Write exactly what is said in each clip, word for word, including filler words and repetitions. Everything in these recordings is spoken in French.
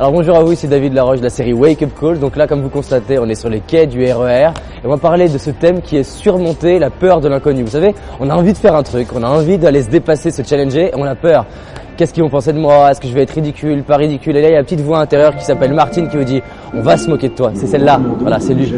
Alors bonjour à vous, ici David Laroche de la série Wake Up Call. Donc là, comme vous constatez, on est sur les quais du R E R et on va parler de ce thème qui est surmonter la peur de l'inconnu. Vous savez, on a envie de faire un truc, on a envie d'aller se dépasser, se challenger et on a peur. Qu'est-ce qu'ils vont penser de moi? Est-ce que je vais être ridicule, pas ridicule? Et là, il y a une petite voix intérieure qui s'appelle Martine qui vous dit « On va se moquer de toi ». C'est celle-là, voilà, c'est lui.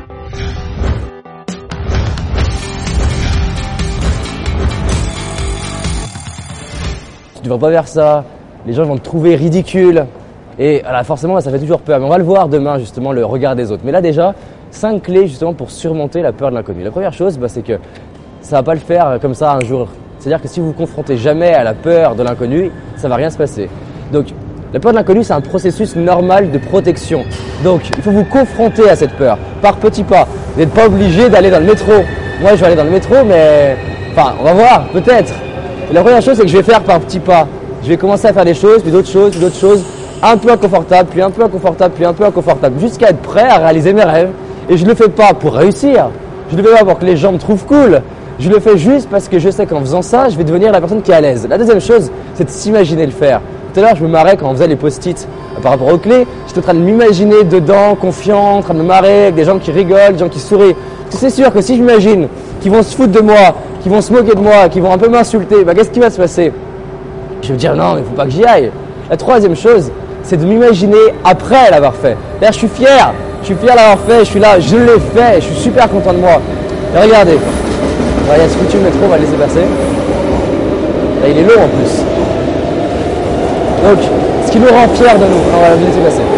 Tu devrais pas faire ça, les gens vont te trouver ridicule. Et voilà, forcément, ça fait toujours peur. Mais on va le voir demain, justement, le regard des autres. Mais là, déjà, cinq clés, justement, pour surmonter la peur de l'inconnu. La première chose, bah, c'est que ça va pas le faire comme ça un jour. C'est-à-dire que si vous vous confrontez jamais à la peur de l'inconnu, ça va rien se passer. Donc, la peur de l'inconnu, c'est un processus normal de protection. Donc, il faut vous confronter à cette peur, par petits pas. Vous n'êtes pas obligé d'aller dans le métro. Moi, je vais aller dans le métro, mais... Enfin, on va voir, peut-être. La première chose, c'est que je vais faire par petits pas. Je vais commencer à faire des choses, puis d'autres choses, puis d'autres choses. Un peu inconfortable, puis un peu inconfortable, puis un peu inconfortable, jusqu'à être prêt à réaliser mes rêves. Et je ne le fais pas pour réussir, je ne le fais pas pour que les gens me trouvent cool, je le fais juste parce que je sais qu'en faisant ça, je vais devenir la personne qui est à l'aise. La deuxième chose, c'est de s'imaginer le faire. Tout à l'heure, je me marrais quand on faisait les post-it par rapport aux clés, j'étais en train de m'imaginer dedans, confiant, en train de me marrer avec des gens qui rigolent, des gens qui sourient. C'est sûr que si je m'imagine qu'ils vont se foutre de moi, qu'ils vont se moquer de moi, qu'ils vont un peu m'insulter, bah, qu'est-ce qui va se passer? Je vais me dire non, il ne faut pas que j'y aille. La troisième chose, c'est de m'imaginer après l'avoir fait. D'ailleurs, je suis fier, je suis fier d'avoir fait, je suis là, je l'ai fait, je suis super content de moi. Et regardez, il y a ce foutu métro, on va le laisser passer. Là, il est long en plus. Donc, ce qui nous rend fiers de nous, on va le laisser passer.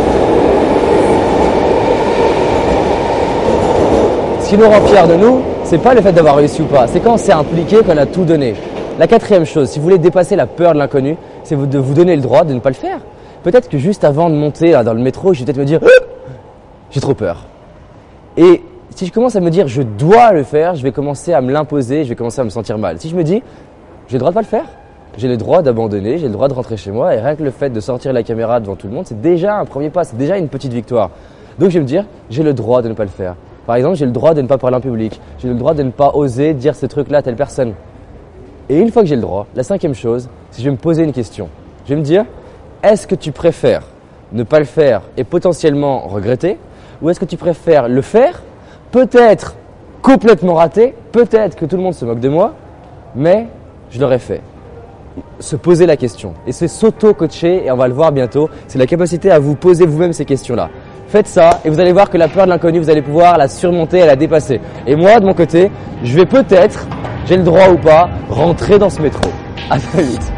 Ce qui nous rend fiers de nous, c'est pas le fait d'avoir réussi ou pas, c'est quand on s'est impliqué, qu'on a tout donné. La quatrième chose, si vous voulez dépasser la peur de l'inconnu, c'est de vous donner le droit de ne pas le faire. Peut-être que juste avant de monter là, dans le métro, je vais peut-être me dire « j'ai trop peur ». Et si je commence à me dire « je dois le faire », je vais commencer à me l'imposer, je vais commencer à me sentir mal. Si je me dis « j'ai le droit de pas le faire », j'ai le droit d'abandonner, j'ai le droit de rentrer chez moi et rien que le fait de sortir la caméra devant tout le monde, c'est déjà un premier pas, c'est déjà une petite victoire. Donc je vais me dire « j'ai le droit de ne pas le faire ». Par exemple, j'ai le droit de ne pas parler en public, j'ai le droit de ne pas oser dire ces trucs-là à telle personne. Et une fois que j'ai le droit, la cinquième chose, c'est que je vais me poser une question. Je vais me dire, est-ce que tu préfères ne pas le faire et potentiellement regretter, ou est-ce que tu préfères le faire, peut-être complètement rater, peut-être que tout le monde se moque de moi, mais je l'aurais fait. Se poser la question. Et c'est s'auto-coacher, et on va le voir bientôt, c'est la capacité à vous poser vous-même ces questions-là. Faites ça et vous allez voir que la peur de l'inconnu, vous allez pouvoir la surmonter et la dépasser. Et moi, de mon côté, je vais peut-être, j'ai le droit ou pas, rentrer dans ce métro. À très vite.